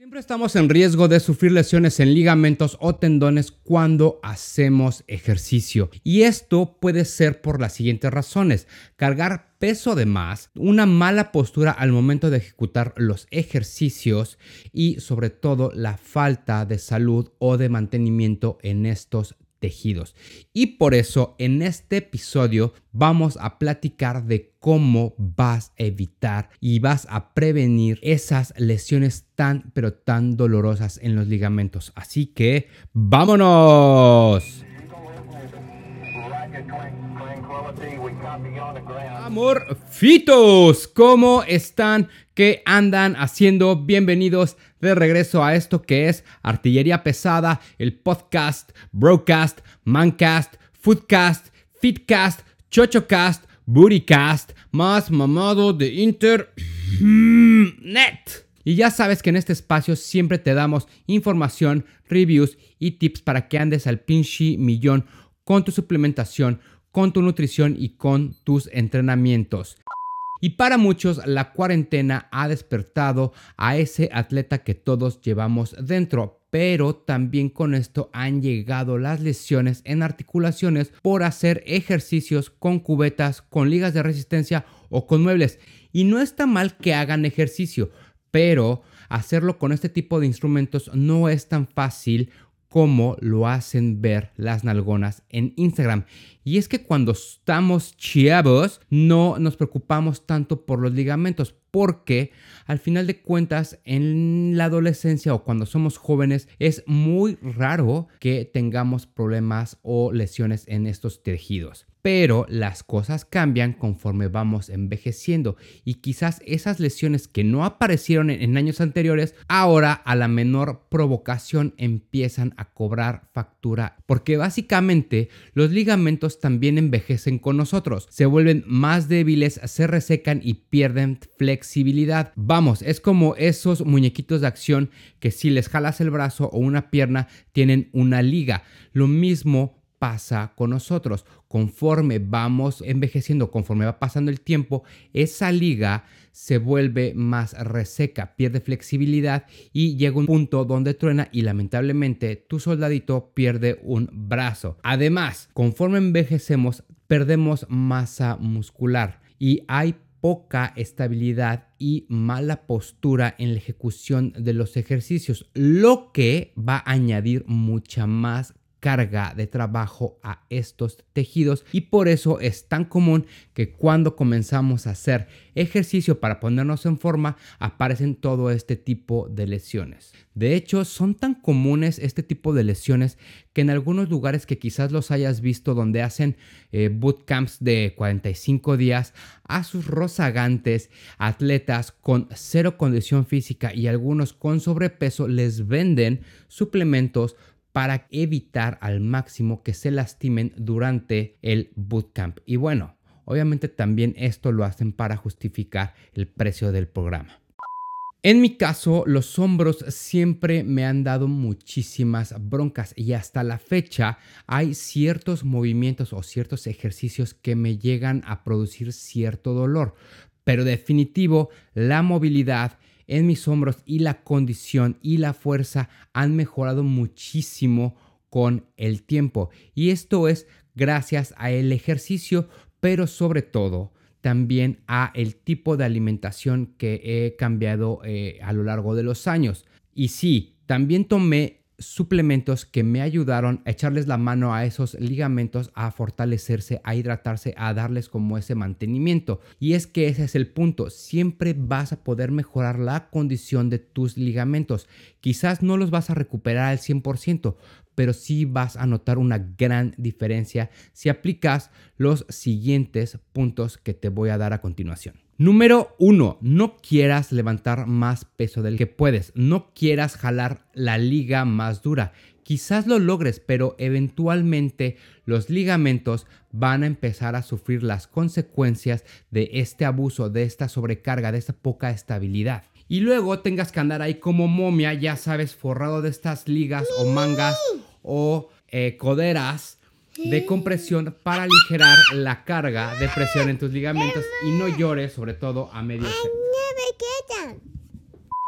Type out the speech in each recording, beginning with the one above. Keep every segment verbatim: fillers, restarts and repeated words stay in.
Siempre estamos en riesgo de sufrir lesiones en ligamentos o tendones cuando hacemos ejercicio. Y esto puede ser por las siguientes razones: cargar peso de más, una mala postura al momento de ejecutar los ejercicios y sobre todo la falta de salud o de mantenimiento en estos tejidos. Y por eso en este episodio vamos a platicar de cómo vas a evitar y vas a prevenir esas lesiones tan pero tan dolorosas en los ligamentos. Así que ¡vámonos! Amorfitos, ¿cómo están? ¿Qué andan haciendo? Bienvenidos de regreso a esto que es Artillería Pesada, el podcast, Broadcast, Mancast, Foodcast, Fitcast, Chochocast, Bootycast, más mamado de Internet. Y ya sabes que en este espacio siempre te damos información, reviews y tips para que andes al pinche millón con tu suplementación, con tu nutrición y con tus entrenamientos. Y para muchos la cuarentena ha despertado a ese atleta que todos llevamos dentro, pero también con esto han llegado las lesiones en articulaciones por hacer ejercicios con cubetas, con ligas de resistencia o con muebles. Y no está mal que hagan ejercicio, pero hacerlo con este tipo de instrumentos no es tan fácil como lo hacen ver las nalgonas en Instagram. Y es que cuando estamos chavos no nos preocupamos tanto por los ligamentos, porque al final de cuentas en la adolescencia o cuando somos jóvenes es muy raro que tengamos problemas o lesiones en estos tejidos. Pero las cosas cambian conforme vamos envejeciendo y quizás esas lesiones que no aparecieron en, en años anteriores, ahora a la menor provocación empiezan a cobrar factura, porque básicamente los ligamentos también envejecen con nosotros, se vuelven más débiles, se resecan y pierden flexibilidad. Vamos, es como esos muñequitos de acción que si les jalas el brazo o una pierna tienen una liga. Lo mismo pasa con nosotros. Conforme vamos envejeciendo, conforme va pasando el tiempo, esa liga se vuelve más reseca, pierde flexibilidad y llega un punto donde truena y lamentablemente tu soldadito pierde un brazo. Además, conforme envejecemos, perdemos masa muscular y hay poca estabilidad y mala postura en la ejecución de los ejercicios, lo que va a añadir mucha más carga de trabajo a estos tejidos, y por eso es tan común que cuando comenzamos a hacer ejercicio para ponernos en forma aparecen todo este tipo de lesiones. De hecho, son tan comunes este tipo de lesiones que en algunos lugares que quizás los hayas visto donde hacen eh, bootcamps de cuarenta y cinco días, a sus rozagantes atletas con cero condición física y algunos con sobrepeso les venden suplementos para evitar al máximo que se lastimen durante el bootcamp. Y bueno, obviamente también esto lo hacen para justificar el precio del programa. En mi caso, los hombros siempre me han dado muchísimas broncas y hasta la fecha hay ciertos movimientos o ciertos ejercicios que me llegan a producir cierto dolor. Pero definitivo, la movilidad en mis hombros y la condición y la fuerza han mejorado muchísimo con el tiempo. Y esto es gracias al ejercicio, pero sobre todo también a el tipo de alimentación que he cambiado eh, a lo largo de los años. Y sí, también tomé suplementos que me ayudaron a echarles la mano a esos ligamentos, a fortalecerse, a hidratarse, a darles como ese mantenimiento. Y es que ese es el punto, siempre vas a poder mejorar la condición de tus ligamentos. Quizás no los vas a recuperar al cien por ciento, pero sí vas a notar una gran diferencia si aplicas los siguientes puntos que te voy a dar a continuación. Número uno, no quieras levantar más peso del que puedes, no quieras jalar la liga más dura. Quizás lo logres, pero eventualmente los ligamentos van a empezar a sufrir las consecuencias de este abuso, de esta sobrecarga, de esta poca estabilidad. Y luego tengas que andar ahí como momia, ya sabes, forrado de estas ligas o mangas o eh, coderas de compresión para aligerar la carga de presión en tus ligamentos y no llores, sobre todo a medio.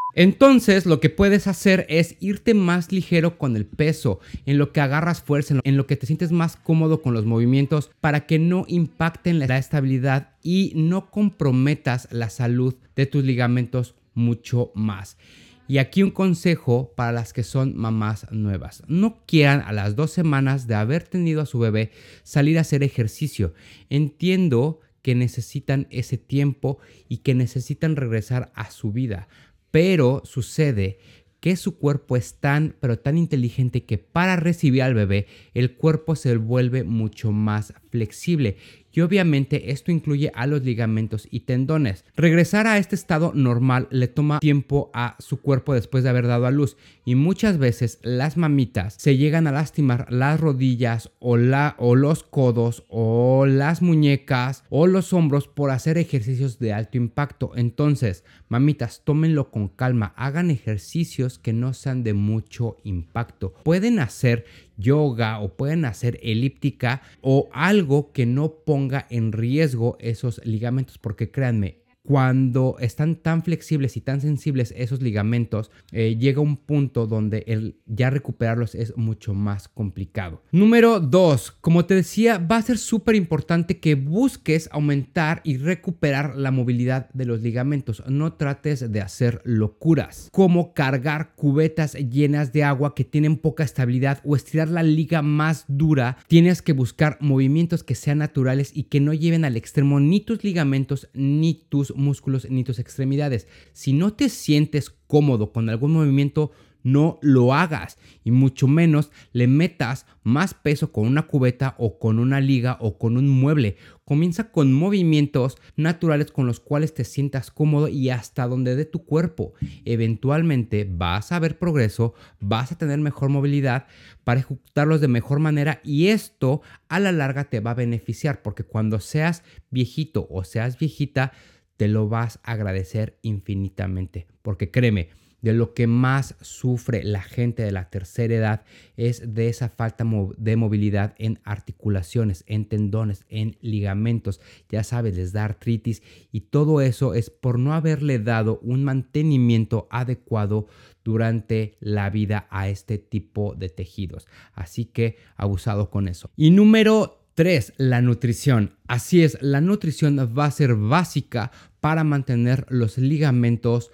Entonces, lo que puedes hacer es irte más ligero con el peso, en lo que agarras fuerza, en lo que te sientes más cómodo con los movimientos para que no impacten la estabilidad y no comprometas la salud de tus ligamentos mucho más. Y aquí un consejo para las que son mamás nuevas. No quieran a las dos semanas de haber tenido a su bebé salir a hacer ejercicio. Entiendo que necesitan ese tiempo y que necesitan regresar a su vida. Pero sucede que su cuerpo es tan, pero tan inteligente que para recibir al bebé, el cuerpo se vuelve mucho más flexible. Y obviamente esto incluye a los ligamentos y tendones. Regresar a este estado normal le toma tiempo a su cuerpo después de haber dado a luz. Y muchas veces las mamitas se llegan a lastimar las rodillas o, la, o los codos o las muñecas o los hombros por hacer ejercicios de alto impacto. Entonces, mamitas, tómenlo con calma. Hagan ejercicios que no sean de mucho impacto. Pueden hacer yoga o pueden hacer elíptica o algo que no ponga en riesgo esos ligamentos, porque créanme, cuando están tan flexibles y tan sensibles esos ligamentos, eh, llega un punto donde el ya recuperarlos es mucho más complicado. Número dos, como te decía, va a ser súper importante que busques aumentar y recuperar la movilidad de los ligamentos. No trates de hacer locuras, como cargar cubetas llenas de agua que tienen poca estabilidad o estirar la liga más dura. Tienes que buscar movimientos que sean naturales y que no lleven al extremo ni tus ligamentos ni tus músculos ni tus extremidades. Si no te sientes cómodo con algún movimiento, no lo hagas y mucho menos le metas más peso con una cubeta o con una liga o con un mueble. Comienza con movimientos naturales con los cuales te sientas cómodo y hasta donde dé tu cuerpo. Eventualmente vas a ver progreso, vas a tener mejor movilidad para ejecutarlos de mejor manera y esto a la larga te va a beneficiar porque cuando seas viejito o seas viejita te lo vas a agradecer infinitamente porque créeme, de lo que más sufre la gente de la tercera edad es de esa falta de movilidad en articulaciones, en tendones, en ligamentos. Ya sabes, les da artritis y todo eso es por no haberle dado un mantenimiento adecuado durante la vida a este tipo de tejidos. Así que abusado con eso. Y número tres, la nutrición. Así es, la nutrición va a ser básica para mantener los ligamentos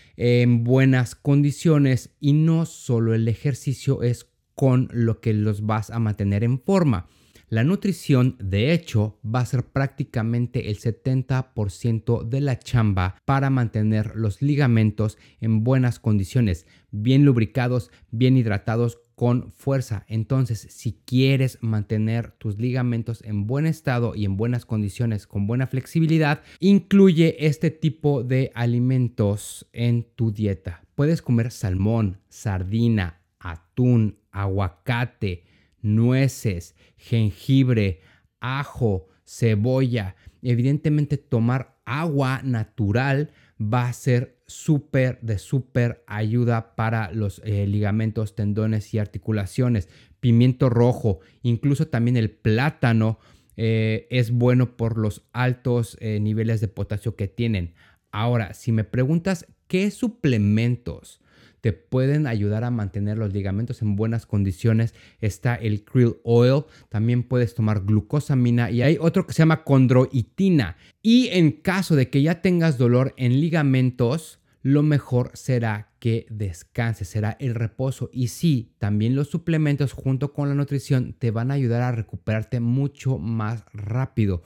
en buenas condiciones y no solo el ejercicio es con lo que los vas a mantener en forma. La nutrición, de hecho, va a ser prácticamente el setenta por ciento de la chamba para mantener los ligamentos en buenas condiciones, bien lubricados, bien hidratados, con fuerza. Entonces, si quieres mantener tus ligamentos en buen estado y en buenas condiciones, con buena flexibilidad, incluye este tipo de alimentos en tu dieta. Puedes comer salmón, sardina, atún, aguacate, nueces, jengibre, ajo, cebolla. Evidentemente, tomar agua natural va a ser súper de súper ayuda para los eh, ligamentos, tendones y articulaciones. Pimiento rojo, incluso también el plátano eh, es bueno por los altos eh, niveles de potasio que tienen. Ahora, si me preguntas qué suplementos te pueden ayudar a mantener los ligamentos en buenas condiciones, está el krill oil, también puedes tomar glucosamina y hay otro que se llama condroitina. Y en caso de que ya tengas dolor en ligamentos, lo mejor será que descanses, será el reposo. Y sí, también los suplementos junto con la nutrición te van a ayudar a recuperarte mucho más rápido.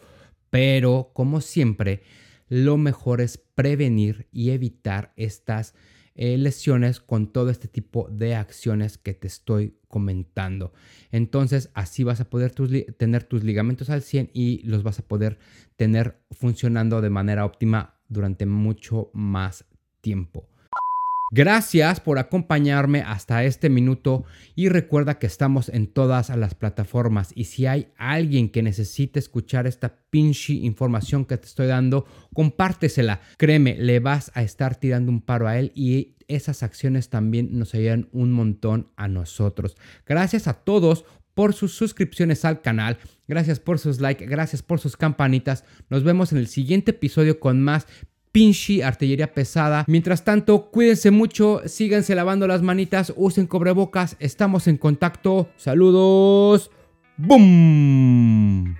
Pero como siempre, lo mejor es prevenir y evitar estas Eh, lesiones con todo este tipo de acciones que te estoy comentando. Entonces así vas a poder tus tener tus ligamentos al cien y los vas a poder tener funcionando de manera óptima durante mucho más tiempo. Gracias por acompañarme hasta este minuto y recuerda que estamos en todas las plataformas y si hay alguien que necesite escuchar esta pinche información que te estoy dando, compártesela. Créeme, le vas a estar tirando un paro a él y esas acciones también nos ayudan un montón a nosotros. Gracias a todos por sus suscripciones al canal, gracias por sus likes, gracias por sus campanitas. Nos vemos en el siguiente episodio con más pinche artillería pesada. Mientras tanto, cuídense mucho, síganse lavando las manitas, usen cubrebocas, estamos en contacto. Saludos. ¡Bum!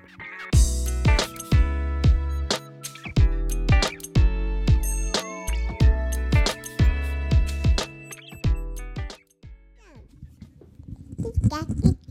Tic-tac, tic-tac.